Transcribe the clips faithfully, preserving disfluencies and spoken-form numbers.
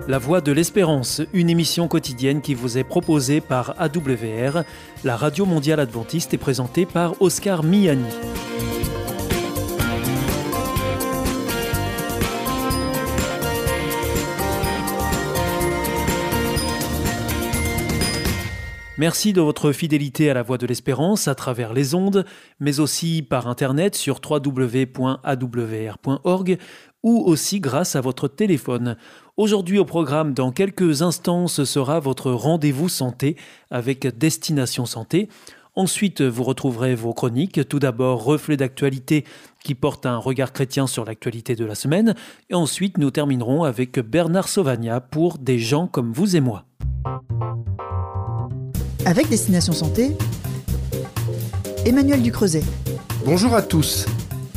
La Voix de l'Espérance, une émission quotidienne qui vous est proposée par A W R, la Radio Mondiale Adventiste, et présentée par Oscar Miani. Merci de votre fidélité à la Voix de l'Espérance à travers les ondes, mais aussi par Internet sur w w w point a w r point org ou aussi grâce à votre téléphone. Aujourd'hui au programme, dans quelques instants, ce sera votre rendez-vous santé avec Destination Santé. Ensuite, vous retrouverez vos chroniques. Tout d'abord, Reflet d'actualité qui porte un regard chrétien sur l'actualité de la semaine. Et ensuite, nous terminerons avec Bernard Sauvagnat pour Des gens comme vous et moi. Avec Destination Santé, Emmanuel Ducreuset. Bonjour à tous.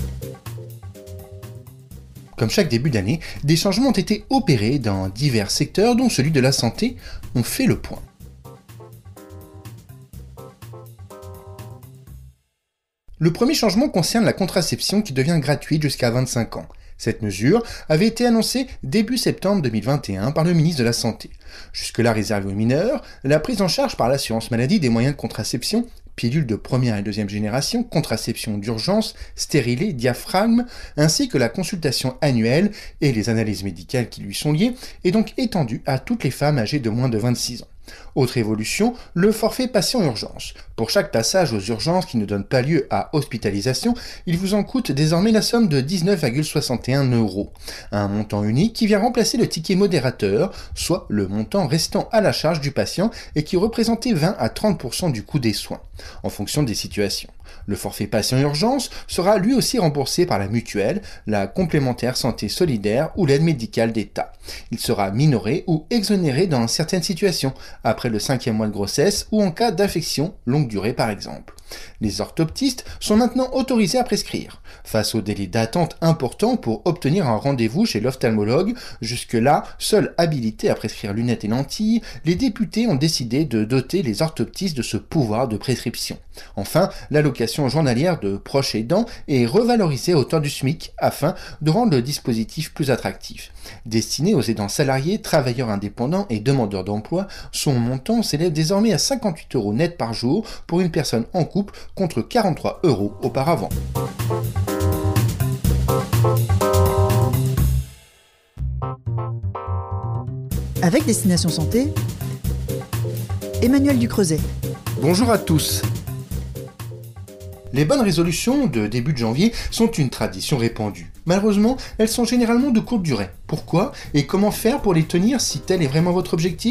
Comme chaque début d'année, des changements ont été opérés dans divers secteurs, dont celui de la santé. On fait le point. Le premier changement concerne la contraception qui devient gratuite jusqu'à vingt-cinq ans. Cette mesure avait été annoncée début septembre deux mille vingt et un par le ministre de la Santé. Jusque-là réservée aux mineurs, la prise en charge par l'assurance maladie des moyens de contraception, pilules de première et deuxième génération, contraception d'urgence, stérilet, diaphragme, ainsi que la consultation annuelle et les analyses médicales qui lui sont liées, est donc étendue à toutes les femmes âgées de moins de vingt-six ans. Autre évolution, le forfait patient urgence. Pour chaque passage aux urgences qui ne donne pas lieu à hospitalisation, il vous en coûte désormais la somme de dix-neuf virgule soixante et un euros. Un montant unique qui vient remplacer le ticket modérateur, soit le montant restant à la charge du patient et qui représentait vingt à trente pour cent du coût des soins, en fonction des situations. Le forfait patient urgence sera lui aussi remboursé par la mutuelle, la complémentaire santé solidaire ou l'aide médicale d'État. Il sera minoré ou exonéré dans certaines situations, après le cinquième mois de grossesse ou en cas d'affection longue durée par exemple. Les orthoptistes sont maintenant autorisés à prescrire. Face au délai d'attente important pour obtenir un rendez-vous chez l'ophtalmologue, jusque-là, seuls habilités à prescrire lunettes et lentilles, les députés ont décidé de doter les orthoptistes de ce pouvoir de prescription. Enfin, l'allocation journalière de proches aidants est revalorisée à hauteur du SMIC afin de rendre le dispositif plus attractif. Destiné aux aidants salariés, travailleurs indépendants et demandeurs d'emploi, son montant s'élève désormais à cinquante-huit euros net par jour pour une personne en couple contre quarante-trois euros auparavant. Avec Destination Santé, Emmanuel Ducreuset. Bonjour à tous. Les bonnes résolutions de début de janvier sont une tradition répandue. Malheureusement, elles sont généralement de courte durée. Pourquoi et comment faire pour les tenir si tel est vraiment votre objectif ?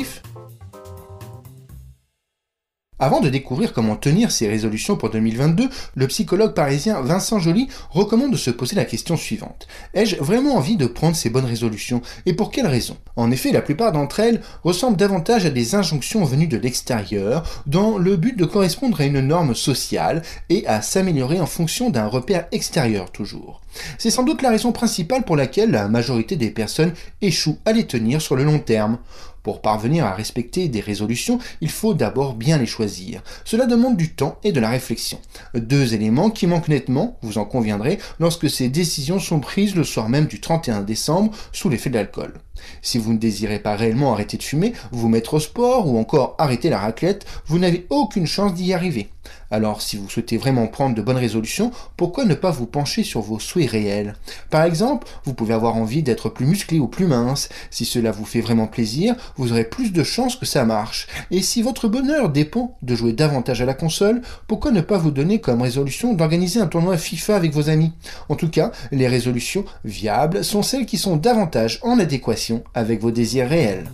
Avant de découvrir comment tenir ces résolutions pour deux mille vingt-deux, le psychologue parisien Vincent Joly recommande de se poser la question suivante. Ai-je vraiment envie de prendre ces bonnes résolutions ? Et pour quelles raisons ? En effet, la plupart d'entre elles ressemblent davantage à des injonctions venues de l'extérieur, dans le but de correspondre à une norme sociale et à s'améliorer en fonction d'un repère extérieur toujours. C'est sans doute la raison principale pour laquelle la majorité des personnes échouent à les tenir sur le long terme. Pour parvenir à respecter des résolutions, il faut d'abord bien les choisir. Cela demande du temps et de la réflexion. Deux éléments qui manquent nettement, vous en conviendrez, lorsque ces décisions sont prises le soir même du trente et un décembre sous l'effet de l'alcool. Si vous ne désirez pas réellement arrêter de fumer, vous mettre au sport ou encore arrêter la raclette, vous n'avez aucune chance d'y arriver. Alors, si vous souhaitez vraiment prendre de bonnes résolutions, pourquoi ne pas vous pencher sur vos souhaits réels ? Par exemple, vous pouvez avoir envie d'être plus musclé ou plus mince. Si cela vous fait vraiment plaisir, vous aurez plus de chances que ça marche. Et si votre bonheur dépend de jouer davantage à la console, pourquoi ne pas vous donner comme résolution d'organiser un tournoi FIFA avec vos amis ? En tout cas, les résolutions viables sont celles qui sont davantage en adéquation avec vos désirs réels.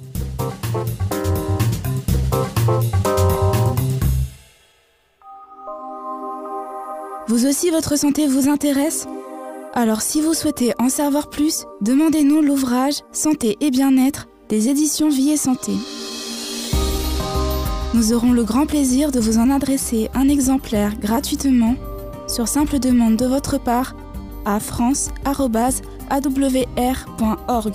Vous aussi, votre santé vous intéresse ? Alors si vous souhaitez en savoir plus, demandez-nous l'ouvrage Santé et bien-être des éditions Vie et Santé. Nous aurons le grand plaisir de vous en adresser un exemplaire gratuitement sur simple demande de votre part à france arobase a w r point org.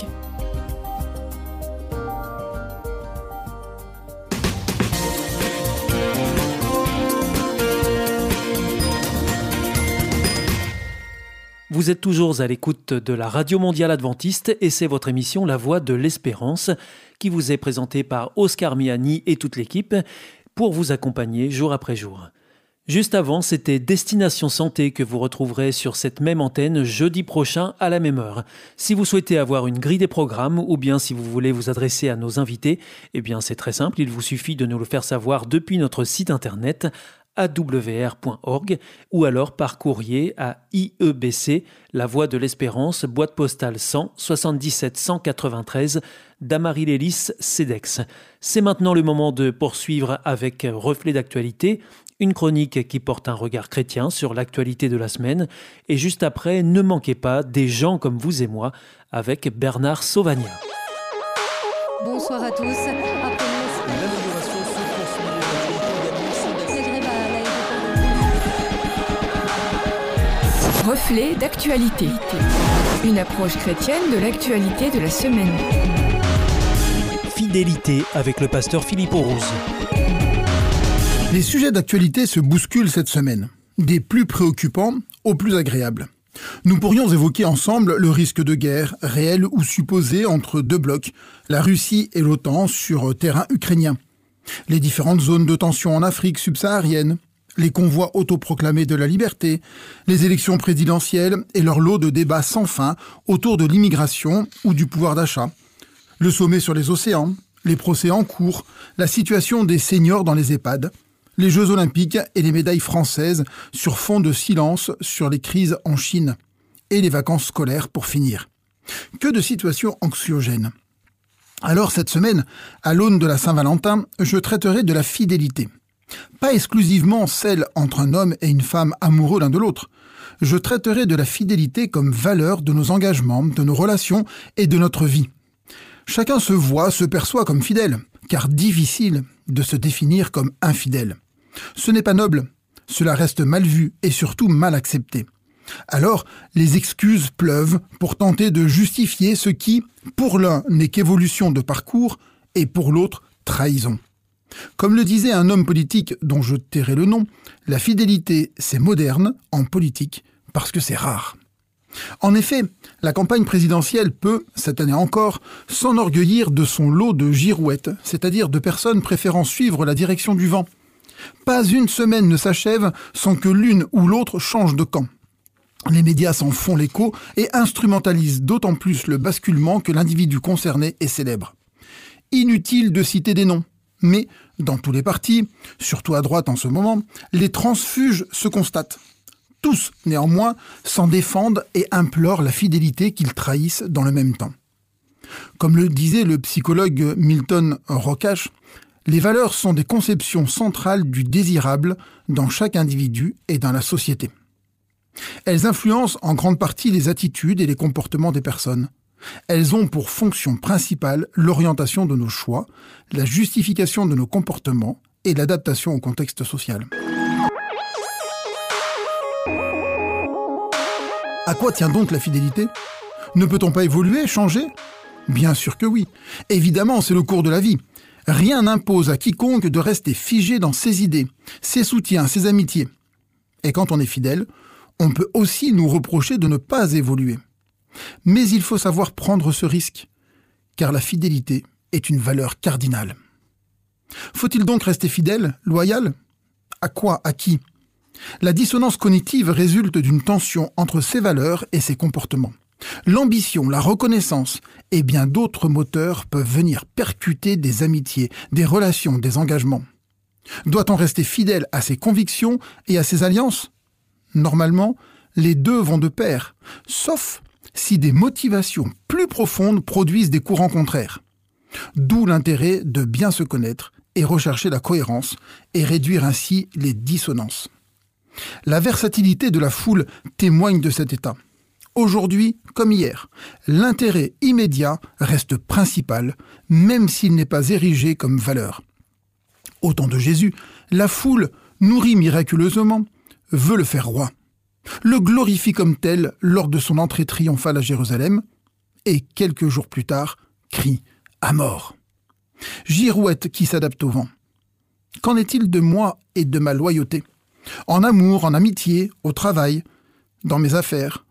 Vous êtes toujours à l'écoute de la Radio Mondiale Adventiste et c'est votre émission La Voix de l'Espérance qui vous est présentée par Oscar Miani et toute l'équipe pour vous accompagner jour après jour. Juste avant, c'était Destination Santé que vous retrouverez sur cette même antenne jeudi prochain à la même heure. Si vous souhaitez avoir une grille des programmes ou bien si vous voulez vous adresser à nos invités, eh bien c'est très simple, il vous suffit de nous le faire savoir depuis notre site internet a w r point org ou alors par courrier à I E B C, La Voix de l'Espérance, boîte postale cent, soixante-dix-sept cent quatre-vingt-treize, d'Amarie-Lélis, Cedex. C'est maintenant le moment de poursuivre avec Reflet d'actualité, une chronique qui porte un regard chrétien sur l'actualité de la semaine. Et juste après, ne manquez pas Des gens comme vous et moi avec Bernard Sauvagnat. Bonsoir à tous. Après l'amélioration se poursuit. Reflet d'actualité. Une approche chrétienne de l'actualité de la semaine. Fidélité avec le pasteur Philippe Aurouze. Les sujets d'actualité se bousculent cette semaine, des plus préoccupants aux plus agréables. Nous pourrions évoquer ensemble le risque de guerre, réel ou supposé, entre deux blocs, la Russie et l'OTAN sur terrain ukrainien, les différentes zones de tension en Afrique subsaharienne, les convois autoproclamés de la liberté, les élections présidentielles et leur lot de débats sans fin autour de l'immigration ou du pouvoir d'achat, le sommet sur les océans, les procès en cours, la situation des seniors dans les EHPAD, les Jeux Olympiques et les médailles françaises sur fond de silence sur les crises en Chine. Et les vacances scolaires pour finir. Que de situations anxiogènes. Alors cette semaine, à l'aune de la Saint-Valentin, je traiterai de la fidélité. Pas exclusivement celle entre un homme et une femme amoureux l'un de l'autre. Je traiterai de la fidélité comme valeur de nos engagements, de nos relations et de notre vie. Chacun se voit, se perçoit comme fidèle, car difficile de se définir comme infidèle. Ce n'est pas noble, cela reste mal vu et surtout mal accepté. Alors, les excuses pleuvent pour tenter de justifier ce qui, pour l'un, n'est qu'évolution de parcours et pour l'autre, trahison. Comme le disait un homme politique dont je tairai le nom, la fidélité, c'est moderne en politique parce que c'est rare. En effet, la campagne présidentielle peut, cette année encore, s'enorgueillir de son lot de girouettes, c'est-à-dire de personnes préférant suivre la direction du vent. Pas une semaine ne s'achève sans que l'une ou l'autre change de camp. Les médias s'en font l'écho et instrumentalisent d'autant plus le basculement que l'individu concerné est célèbre. Inutile de citer des noms, mais dans tous les partis, surtout à droite en ce moment, les transfuges se constatent. Tous, néanmoins, s'en défendent et implorent la fidélité qu'ils trahissent dans le même temps. Comme le disait le psychologue Milton Rocache, les valeurs sont des conceptions centrales du désirable dans chaque individu et dans la société. Elles influencent en grande partie les attitudes et les comportements des personnes. Elles ont pour fonction principale l'orientation de nos choix, la justification de nos comportements et l'adaptation au contexte social. À quoi tient donc la fidélité ? Ne peut-on pas évoluer, changer ? Bien sûr que oui. Évidemment, c'est le cours de la vie. Rien n'impose à quiconque de rester figé dans ses idées, ses soutiens, ses amitiés. Et quand on est fidèle, on peut aussi nous reprocher de ne pas évoluer. Mais il faut savoir prendre ce risque, car la fidélité est une valeur cardinale. Faut-il donc rester fidèle, loyal ? À quoi, à qui ? La dissonance cognitive résulte d'une tension entre ses valeurs et ses comportements. L'ambition, la reconnaissance et bien d'autres moteurs peuvent venir percuter des amitiés, des relations, des engagements. Doit-on rester fidèle à ses convictions et à ses alliances ? Normalement, les deux vont de pair, sauf si des motivations plus profondes produisent des courants contraires. D'où l'intérêt de bien se connaître et rechercher la cohérence et réduire ainsi les dissonances. La versatilité de la foule témoigne de cet état. Aujourd'hui, comme hier, l'intérêt immédiat reste principal, même s'il n'est pas érigé comme valeur. Au temps de Jésus, la foule, nourrie miraculeusement, veut le faire roi. Le glorifie comme tel lors de son entrée triomphale à Jérusalem, et quelques jours plus tard, crie « à mort ». Girouette qui s'adapte au vent. Qu'en est-il de moi et de ma loyauté ? En amour, en amitié, au travail, dans mes affaires,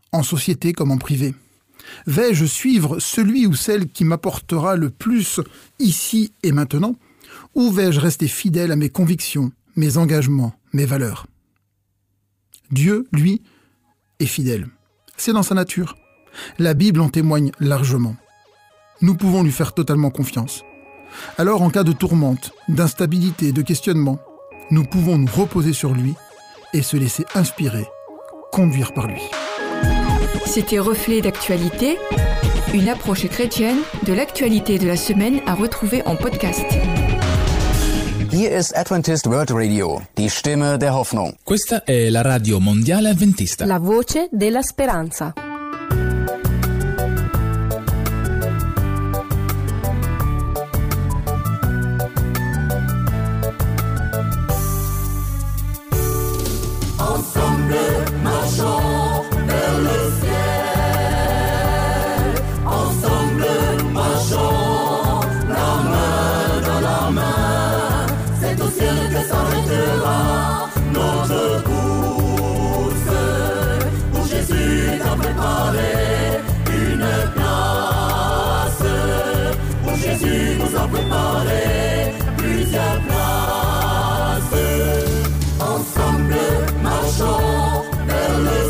en société comme en privé? Vais-je suivre celui ou celle qui m'apportera le plus ici et maintenant? Ou vais-je rester fidèle à mes convictions, mes engagements, mes valeurs? Dieu, lui, est fidèle. C'est dans sa nature. La Bible en témoigne largement. Nous pouvons lui faire totalement confiance. Alors, en cas de tourmente, d'instabilité, de questionnement, nous pouvons nous reposer sur lui et se laisser inspirer, conduire par lui. C'était Reflet d'actualité, une approche chrétienne de l'actualité de la semaine à retrouver en podcast. Hier ist Adventist World Radio, die Stimme der Hoffnung. Questa è la radio mondiale adventista. La voce della speranza. Ensemble, marchons vers le ciel. Ensemble, marchons la main dans la main. C'est au ciel que s'arrêtera notre course, où Jésus t'a préparé une place, où Jésus nous a préparé plusieurs places. Ensemble, marchons vers le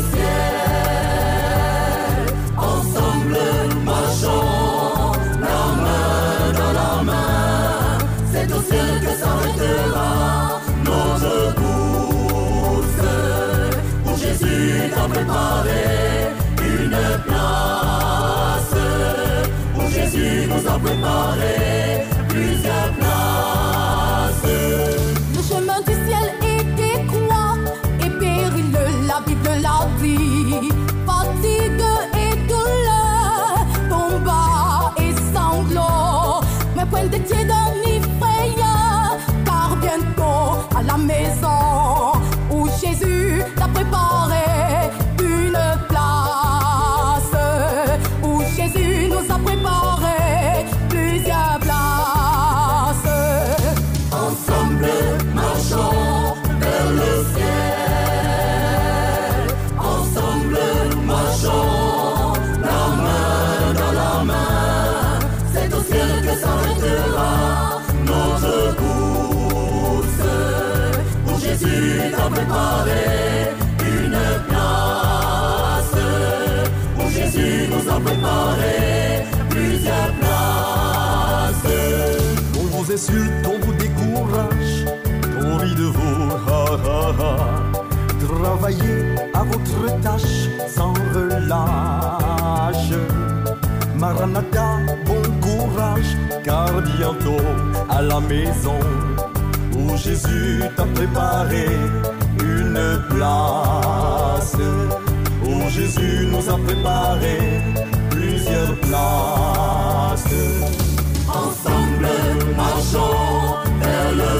ciel. Ensemble, marchons la main dans la main. C'est au ciel que s'arrêtera notre course, où Jésus t'a préparé une place, où Jésus nous a préparé plusieurs places. Le chemin du ciel est étroit et périlleux, la Bible l'a dit. Fatigue et douleur, combat et sanglots, mais point de tiédeur ni frayeur, car bientôt à la maison où Jésus t'a préparé une place, où Jésus nous a préparé plusieurs places. Ensemble, marchons vers le ciel. Ensemble, marchons la main dans la main. C'est au ciel que s'arrêtera notre course, où Jésus t'a préparé une place, où Jésus nous a préparé plusieurs places. On vous insulte, on vous décourage, on rit de vous, ha ha ha. Travaillez à votre tâche sans relâche. Maranatha, bon courage, car bientôt à la maison où Jésus t'a préparé une place, où Jésus nous a préparé plusieurs places. Ensemble, marchons vers le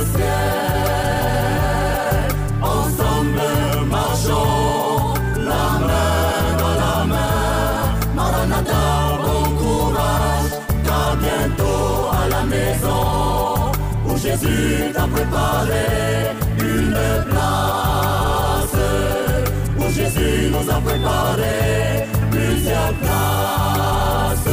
ciel. Ensemble, marchons la main dans la main. Maranatha, bon courage, car bientôt à la maison où Jésus t'a préparé une place, où Jésus nous a préparé plusieurs places.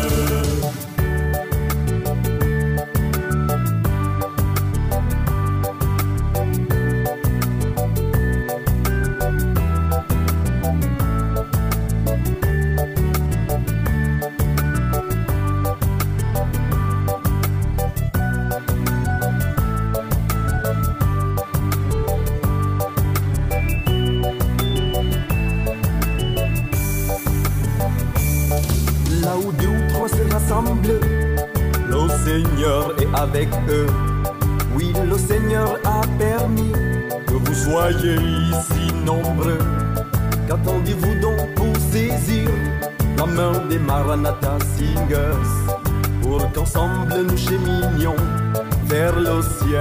Là où deux ou trois se rassemblent, le Seigneur est avec eux. Oui, le Seigneur a permis que vous soyez ici nombreux. Qu'attendez-vous donc pour saisir la main des Maranatha Singers, pour qu'ensemble nous cheminions vers le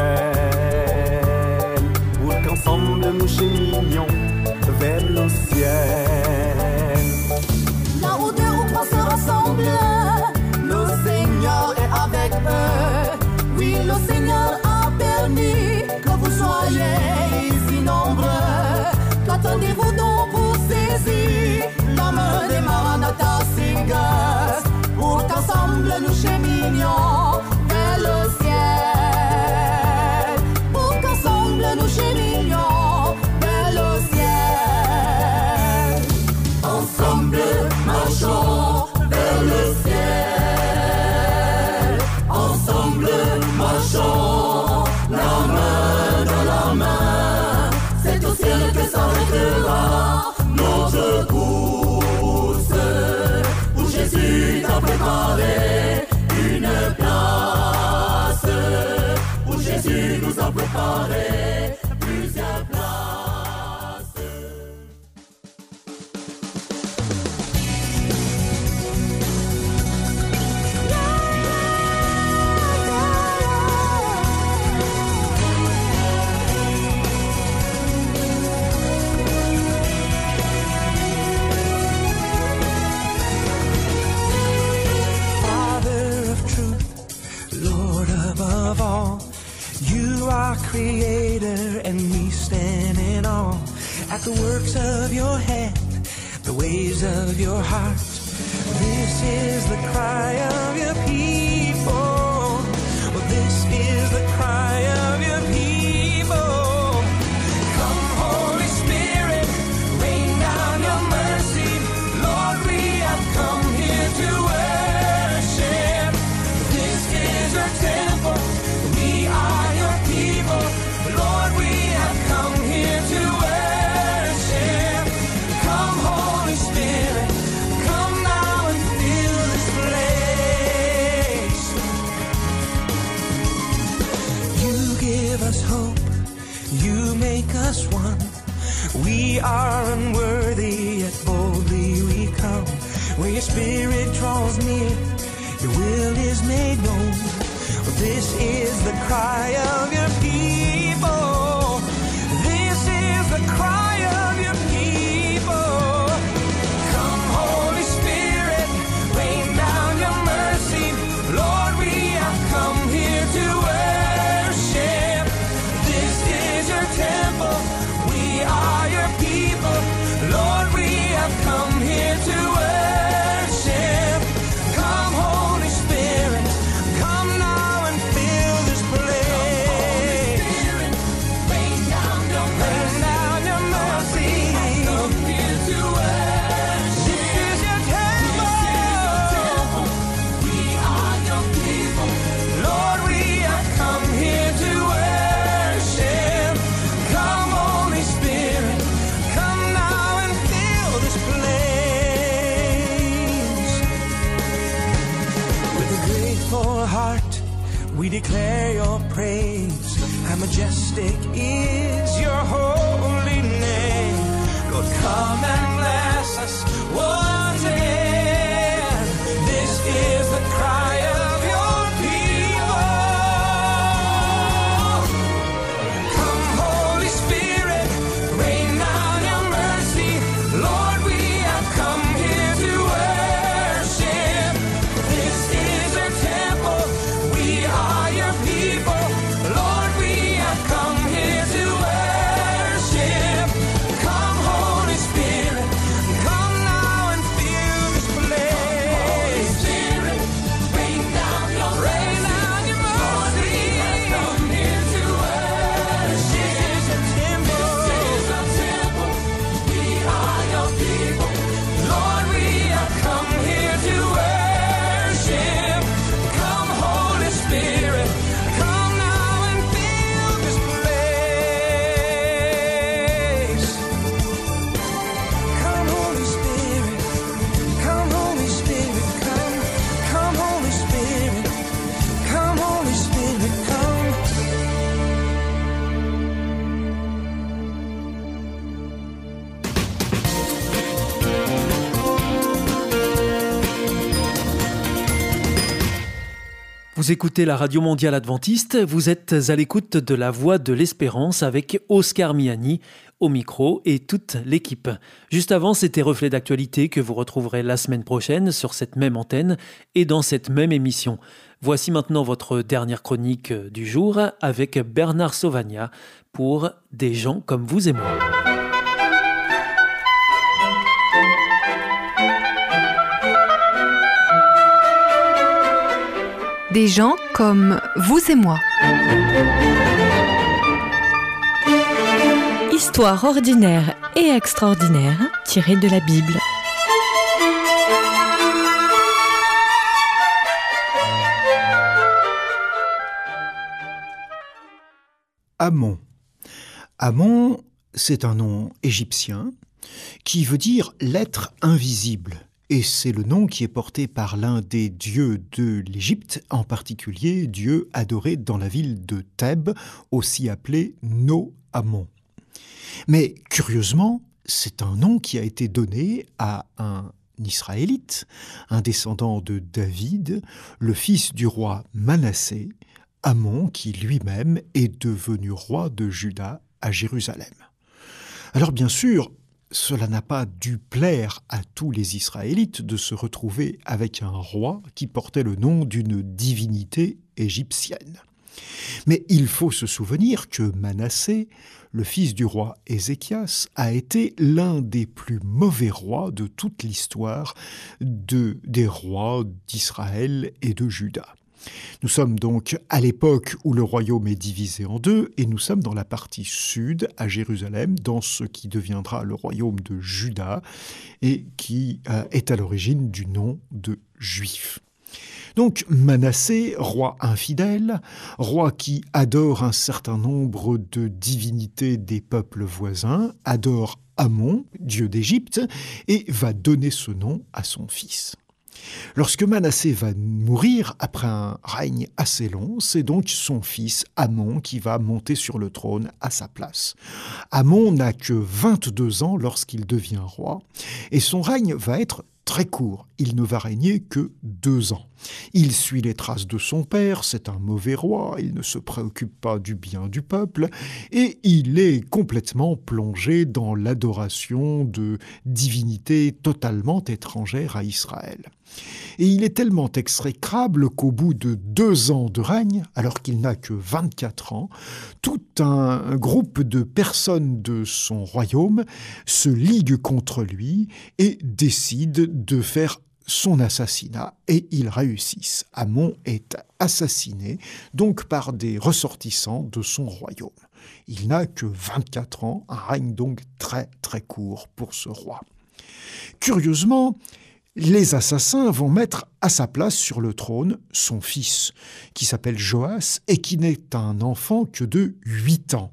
ciel, pour qu'ensemble nous cheminions vers le ciel. Là où deux ou trois se rassemblent, le Seigneur est avec eux. Oui, le Seigneur a permis que vous soyez ici nombreux. Qu'attendez-vous donc pour saisir la main préparé une place, où Jésus nous a préparé plusieurs places. Above all, you are creator, and we stand in awe at the works of your hand, the ways of your heart. This is the cry of your people. Well, this is the cry of your people. Come, Holy Spirit, rain down your mercy. Lord, we have come here to worship. This is your temple. We are your people. Lord, we have come here to worship. Come, Holy Spirit, come now and fill this place. You give us hope, you make us one. We are unworthy, yet boldly we come. Where your spirit draws near, your will is made known. This is the cry of your people. This is the cry of your people. Come, Holy Spirit, rain down your mercy. Lord, we have come here to worship. This is your temple. We are your people. Lord, we have come here to worship. Come, Holy Spirit, come now. We declare your praise, how majestic is your holy name. Lord, come and bless us once again. This is the cry of your people. Come, Holy Spirit, rain down your mercy. Lord, we have come here to worship. This is your temple. We are your people. Lord, we have come here to worship. Come, Holy Spirit, come now and fill this place. Holy Spirit, rain down your rain down your mercy. Lord, we have come here to worship. This is your temple. This is your temple. We are your people. Lord, we have come here to worship. Come, Holy Spirit, come now and fill this place. Come, Holy Spirit, come, Holy Spirit, come. Come, Holy Spirit, come, Holy Spirit, come. Vous écoutez la Radio Mondiale Adventiste, vous êtes à l'écoute de la Voix de l'Espérance avec Oscar Miani au micro et toute l'équipe. Juste avant, c'était Reflet d'actualité que vous retrouverez la semaine prochaine sur cette même antenne et dans cette même émission. Voici maintenant votre dernière chronique du jour avec Bernard Sauvagnat pour Des gens comme vous et moi. Des gens comme vous et moi. Histoire ordinaire et extraordinaire tirée de la Bible. Amon. Amon, c'est un nom égyptien qui veut dire l'être invisible. Et c'est le nom qui est porté par l'un des dieux de l'Égypte, en particulier dieu adoré dans la ville de Thèbes, aussi appelé No-Amon. Mais curieusement, c'est un nom qui a été donné à un Israélite, un descendant de David, le fils du roi Manassé, Amon, qui lui-même est devenu roi de Juda à Jérusalem. Alors bien sûr, cela n'a pas dû plaire à tous les Israélites de se retrouver avec un roi qui portait le nom d'une divinité égyptienne. Mais il faut se souvenir que Manassé, le fils du roi Ézéchias, a été l'un des plus mauvais rois de toute l'histoire de, des rois d'Israël et de Juda. Nous sommes donc à l'époque où le royaume est divisé en deux et nous sommes dans la partie sud, à Jérusalem, dans ce qui deviendra le royaume de Juda et qui euh, est à l'origine du nom de Juif. Donc Manassé, roi infidèle, roi qui adore un certain nombre de divinités des peuples voisins, adore Amon, dieu d'Égypte, et va donner ce nom à son fils. Lorsque Manassé va mourir après un règne assez long, c'est donc son fils Amon qui va monter sur le trône à sa place. Amon n'a que vingt-deux ans lorsqu'il devient roi, et son règne va être très court. Il ne va régner que deux ans. Il suit les traces de son père, c'est un mauvais roi, il ne se préoccupe pas du bien du peuple, et il est complètement plongé dans l'adoration de divinités totalement étrangères à Israël. Et il est tellement exécrable qu'au bout de deux ans de règne, alors qu'il n'a que vingt-quatre ans, tout un groupe de personnes de son royaume se ligue contre lui et décide de faire son assassinat, et ils réussissent. Amon est assassiné, donc par des ressortissants de son royaume. Il n'a que vingt-quatre ans, un règne donc très très court pour ce roi. Curieusement, les assassins vont mettre à sa place sur le trône son fils, qui s'appelle Joas et qui n'est un enfant que de huit ans.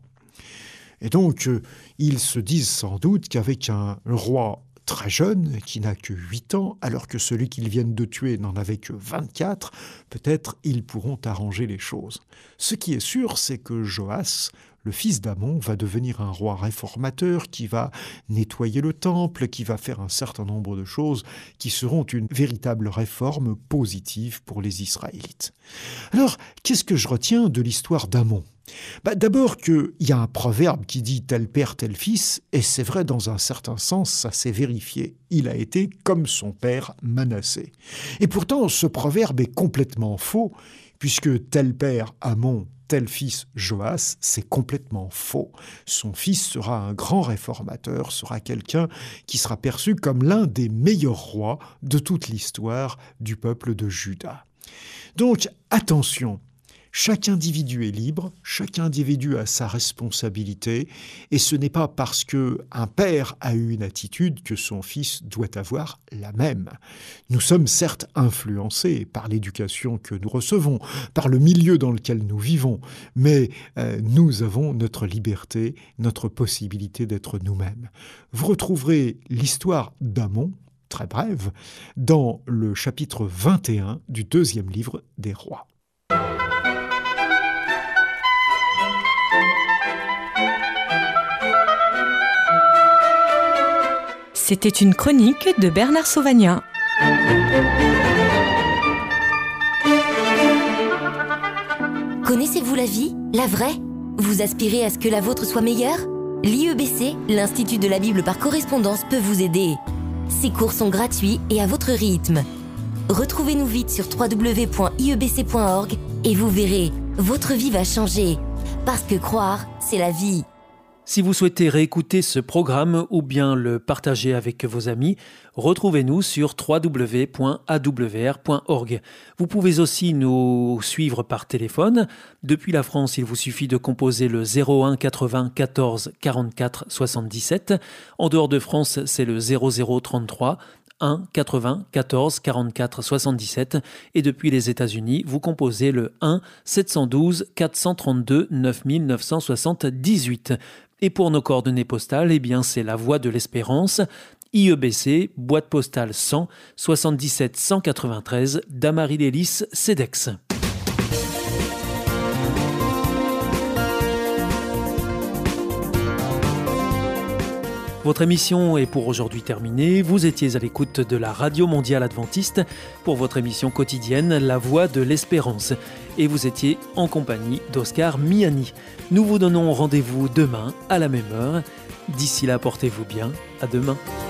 Et donc, euh, ils se disent sans doute qu'avec un roi très jeune, qui n'a que huit ans, alors que celui qu'ils viennent de tuer n'en avait que vingt-quatre, peut-être ils pourront arranger les choses. Ce qui est sûr, c'est que Joas, le fils d'Amon, va devenir un roi réformateur qui va nettoyer le temple, qui va faire un certain nombre de choses qui seront une véritable réforme positive pour les Israélites. Alors, qu'est-ce que je retiens de l'histoire d'Amon ? Bah, d'abord qu'il y a un proverbe qui dit « tel père, tel fils », et c'est vrai dans un certain sens, ça s'est vérifié. Il a été comme son père Manassé. Et pourtant, ce proverbe est complètement faux, puisque tel père Amon, tel fils Joas, c'est complètement faux. Son fils sera un grand réformateur, sera quelqu'un qui sera perçu comme l'un des meilleurs rois de toute l'histoire du peuple de Juda. Donc, attention, chaque individu est libre, chaque individu a sa responsabilité, et ce n'est pas parce qu'un père a eu une attitude que son fils doit avoir la même. Nous sommes certes influencés par l'éducation que nous recevons, par le milieu dans lequel nous vivons, mais euh, nous avons notre liberté, notre possibilité d'être nous-mêmes. Vous retrouverez l'histoire d'Amon, très brève, dans le chapitre vingt et un du deuxième livre des Rois. C'était une chronique de Bernard Sauvagnat. Connaissez-vous la vie, la vraie ? Vous aspirez à ce que la vôtre soit meilleure ? L'I E B C, l'Institut de la Bible par correspondance, peut vous aider. Ces cours sont gratuits et à votre rythme. Retrouvez-nous vite sur w w w point i e b c point org et vous verrez, votre vie va changer. Parce que croire, c'est la vie. Si vous souhaitez réécouter ce programme ou bien le partager avec vos amis, retrouvez-nous sur w w w point a w r point org. Vous pouvez aussi nous suivre par téléphone. Depuis la France, il vous suffit de composer le zéro un quatre-vingts quatorze quarante-quatre soixante-dix-sept. En dehors de France, c'est le zéro zéro trente-trois un quatre-vingts quatorze quarante-quatre soixante-dix-sept, et depuis les États-Unis, vous composez le un sept cent douze quatre cent trente-deux neuf mille neuf cent soixante-dix-huit. Et pour nos coordonnées postales, eh bien c'est la Voie de l'Espérance, I E B C, boîte postale cent, soixante-dix-sept cent quatre-vingt-treize, Damary-lès-Lys, Cedex. Votre émission est pour aujourd'hui terminée. Vous étiez à l'écoute de la Radio Mondiale Adventiste pour votre émission quotidienne La Voix de l'Espérance. Et vous étiez en compagnie d'Oscar Miani. Nous vous donnons rendez-vous demain à la même heure. D'ici là, portez-vous bien. À demain.